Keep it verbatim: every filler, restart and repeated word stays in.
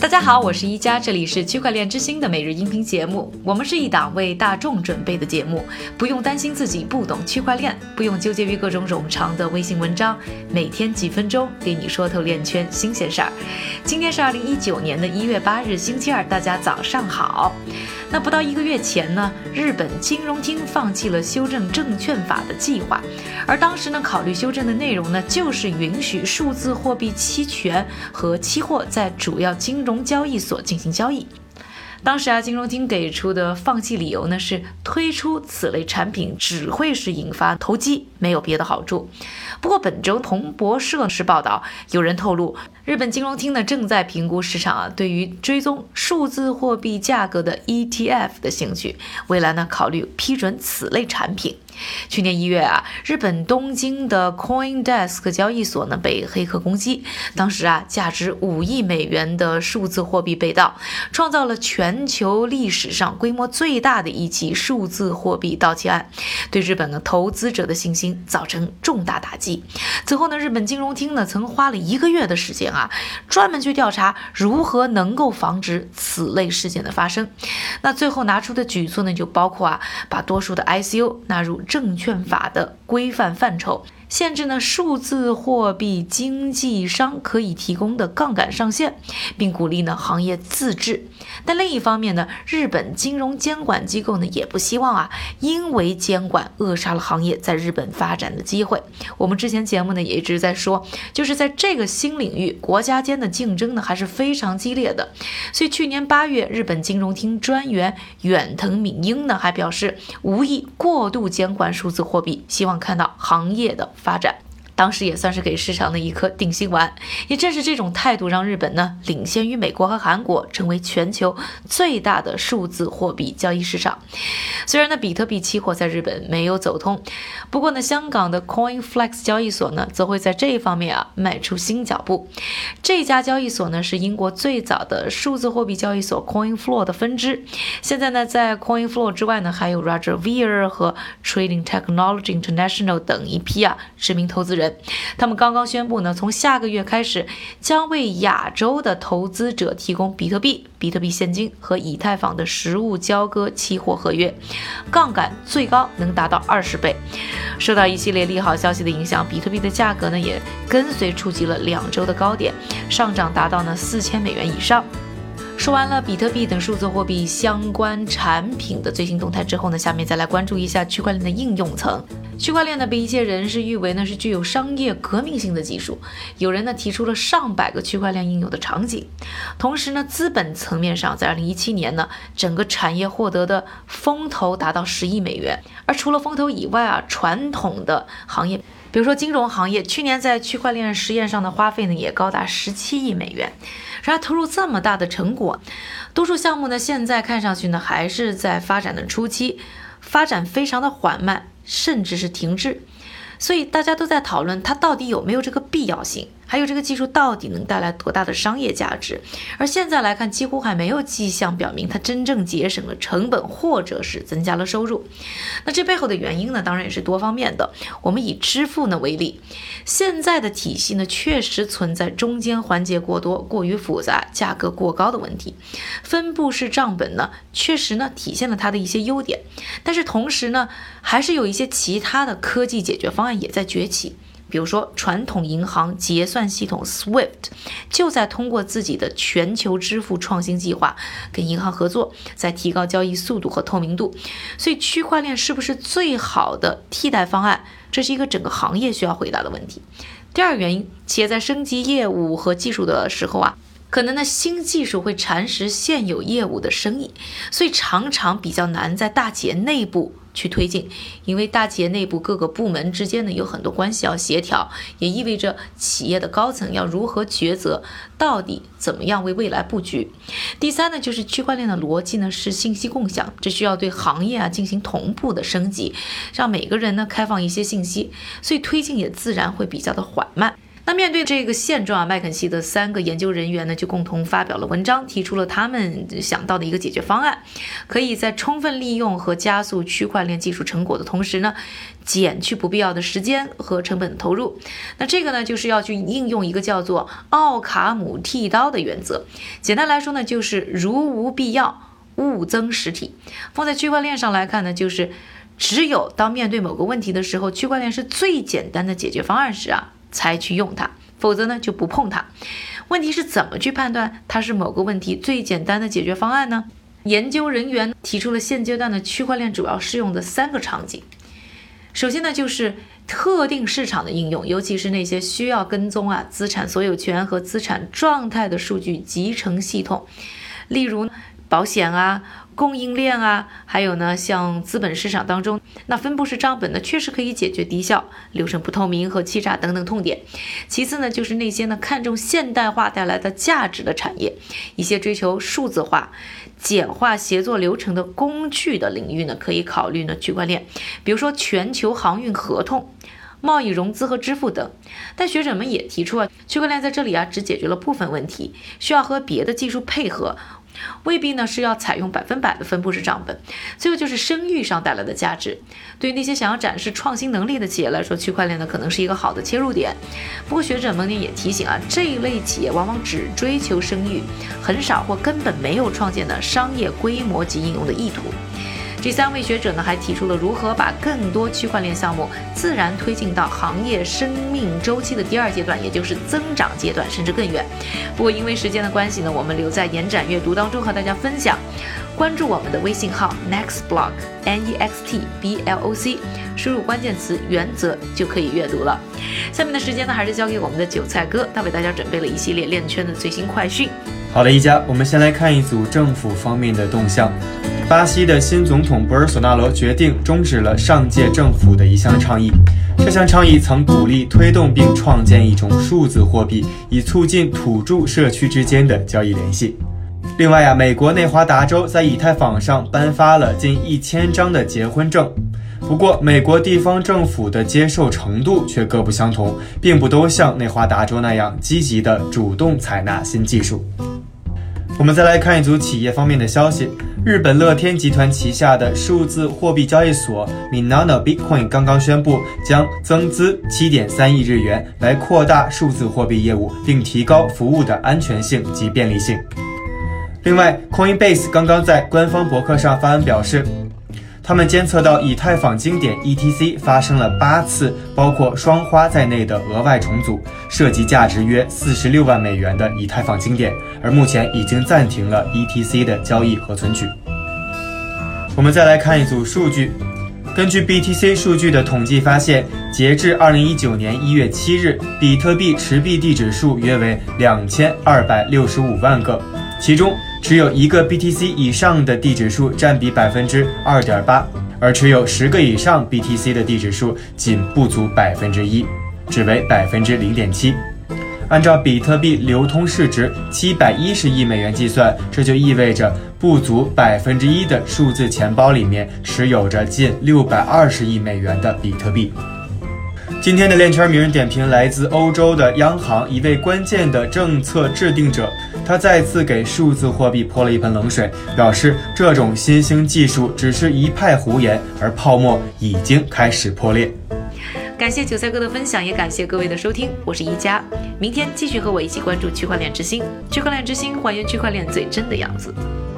家好，我是一加，这里是区块链之星的每日音频节目。我们是一档为大众准备的节目，不用担心自己不懂区块链，不用纠结于各种冗长的微信文章，每天几分钟给你说透链圈新鲜事儿。今天是二零一九年的一月八日，星期二，大家早上好。那不到一个月前呢，日本金融厅放弃了修正证券法的计划，而当时呢，考虑修正的内容呢，就是允许数字货币期权和期货在主要金融交易所进行交易。当时啊，金融厅给出的放弃理由呢是推出此类产品只会是引发投机，没有别的好处。不过本周彭博社是报道，有人透露，日本金融厅呢正在评估市场啊对于追踪数字货币价格的 E T F 的兴趣，未来呢考虑批准此类产品。去年一月啊，日本东京的 CoinDesk 交易所呢被黑客攻击，当时啊，价值五亿美元的数字货币被盗，创造了全球历史上规模最大的一起数字货币盗窃案，对日本的投资者的信心造成重大打击。此后呢，日本金融厅呢曾花了一个月的时间啊，专门去调查如何能够防止此类事件的发生。那最后拿出的举措呢，就包括啊，把多数的 I C O 纳入证券法的规范范畴，限制呢数字货币经纪商可以提供的杠杆上限，并鼓励呢行业自治。但另一方面呢，日本金融监管机构呢也不希望啊因为监管扼杀了行业在日本发展的机会。我们之前节目呢也一直在说，就是在这个新领域，国家间的竞争呢还是非常激烈的。所以去年八月，日本金融厅专员远藤敏英呢还表示，无意过度监管数字货币，希望看到行业的发展。当时也算是给市场的一颗定心丸，也正是这种态度让日本呢领先于美国和韩国，成为全球最大的数字货币交易市场。虽然呢比特币期货在日本没有走通，不过呢香港的 CoinFlex 交易所呢则会在这一方面啊迈出新脚步。这家交易所呢是英国最早的数字货币交易所 CoinFloor 的分支，现在呢在 CoinFloor 之外呢还有 Roger Ver 和 Trading Technology International 等一批啊知名投资人。他们刚刚宣布呢，从下个月开始将为亚洲的投资者提供比特币、比特币现金和以太坊的实物交割期货合约，杠杆最高能达到二十倍。受到一系列利好消息的影响，比特币的价格呢也跟随触及了两周的高点，上涨达到呢四千美元以上。说完了比特币等数字货币相关产品的最新动态之后呢，下面再来关注一下区块链的应用层。区块链呢被一些人士誉为呢是具有商业革命性的技术，有人呢提出了上百个区块链应用的场景。同时呢，资本层面上，在二零一七年呢，整个产业获得的风投达到十亿美元，而除了风投以外啊，传统的行业，比如说金融行业，去年在区块链实验上的花费呢也高达十七亿美元。然而投入这么大的成果，多数项目呢现在看上去呢还是在发展的初期，发展非常的缓慢，甚至是停滞。所以大家都在讨论它到底有没有这个必要性，还有这个技术到底能带来多大的商业价值。而现在来看，几乎还没有迹象表明它真正节省了成本或者是增加了收入。那这背后的原因呢，当然也是多方面的。我们以支付呢为例，现在的体系呢确实存在中间环节过多、过于复杂、价格过高的问题。分布式账本呢确实呢体现了它的一些优点，但是同时呢还是有一些其他的科技解决方案也在崛起。比如说传统银行结算系统 Swift 就在通过自己的全球支付创新计划跟银行合作，在提高交易速度和透明度。所以区块链是不是最好的替代方案，这是一个整个行业需要回答的问题。第二原因，企业在升级业务和技术的时候啊，可能呢新技术会蚕食现有业务的生意，所以常常比较难在大企业内部去推进，因为大企业内部各个部门之间呢有很多关系要协调，也意味着企业的高层要如何抉择，到底怎么样为未来布局。第三呢，就是区块链的逻辑呢是信息共享，这需要对行业啊进行同步的升级，让每个人呢开放一些信息，所以推进也自然会比较的缓慢。 那面对这个现状啊，麦肯锡的三个研究人员呢就共同发表了文章，提出了他们想到的一个解决方案，可以在充分利用和加速区块链技术成果的同时呢，减去不必要的时间和成本的投入。那这个呢，就是要去应用一个叫做奥卡姆剃刀的原则。简单来说呢，就是如无必要，勿增实体。放在区块链上来看呢，就是只有当面对某个问题的时候，区块链是最简单的解决方案时啊，才去用它，否则呢就不碰它。问题是怎么去判断它是某个问题最简单的解决方案呢？研究人员提出了现阶段的区块链主要适用的三个场景。首先呢，就是特定市场的应用，尤其是那些需要跟踪啊资产所有权和资产状态的数据集成系统，例如保险啊、供应链啊，还有呢像资本市场当中，那分布式账本呢确实可以解决低效、流程不透明和欺诈等等痛点。其次呢，就是那些呢看重现代化带来的价值的产业，一些追求数字化、简化协作流程的工具的领域呢，可以考虑呢区块链，比如说全球航运合同、贸易融资和支付等。但学者们也提出啊，区块链在这里啊只解决了部分问题，需要和别的技术配合，未必呢是要采用百分百的分布式账本。最后就是声誉上带来的价值，对于那些想要展示创新能力的企业来说，区块链呢可能是一个好的切入点。不过学者们呢也提醒啊，这一类企业往往只追求声誉，很少或根本没有创建的商业规模及应用的意图。这三位学者呢还提出了如何把更多区块链项目自然推进到行业生命周期的第二阶段，也就是增长阶段，甚至更远。不过因为时间的关系呢，我们留在延展阅读当中和大家分享。关注我们的微信号 nextblock N E X T B L O C， 输入关键词原则就可以阅读了。下面的时间呢还是交给我们的韭菜哥，他为大家准备了一系列链圈的最新快讯。 好的，一家，我们先来看一组政府方面的动向。巴西的新总统博尔索纳罗决定终止了上届政府的一项倡议，这项倡议曾鼓励推动并创建一种数字货币，以促进土著社区之间的交易联系。另外啊，美国内华达州在以太坊上颁发了近一千张的结婚证。不过，美国地方政府的接受程度却各不相同，并不都像内华达州那样积极地主动采纳新技术。我们再来看一组企业方面的消息。日本乐天集团旗下的数字货币交易所 Minano Bitcoin 刚刚宣布将增资 七点三亿日元来扩大数字货币业务，并提高服务的安全性及便利性。另外 Coinbase 刚刚在官方博客上发文表示，他们监测到以太坊经典 E T C 发生了八次包括双花在内的额外重组，涉及价值约四十六万美元的以太坊经典，而目前已经暂停了 E T C 的交易和存取。我们再来看一组数据。根据 B T C 数据的统计发现，截至二零一九年一月七日，比特币持币地址数约为两千二百六十五万个，其中持有一个 B T C 以上的地址数占比 百分之二点八， 而持有十个以上 B T C 的地址数仅不足 百分之一， 只为 百分之零点七。按照比特币流通市值七百一十亿美元计算，这就意味着不足 百分之一 的数字钱包里面持有着近六百二十亿美元的比特币。今天的链圈名人点评来自欧洲的央行一位关键的政策制定者，他再次给数字货币泼了一盆冷水，表示这种新兴技术只是一派胡言，而泡沫已经开始破裂。 感谢韭菜哥的分享，也感谢各位的收听，我是一加，明天继续和我一起关注区块链之星，区块链之星还原区块链最真的样子。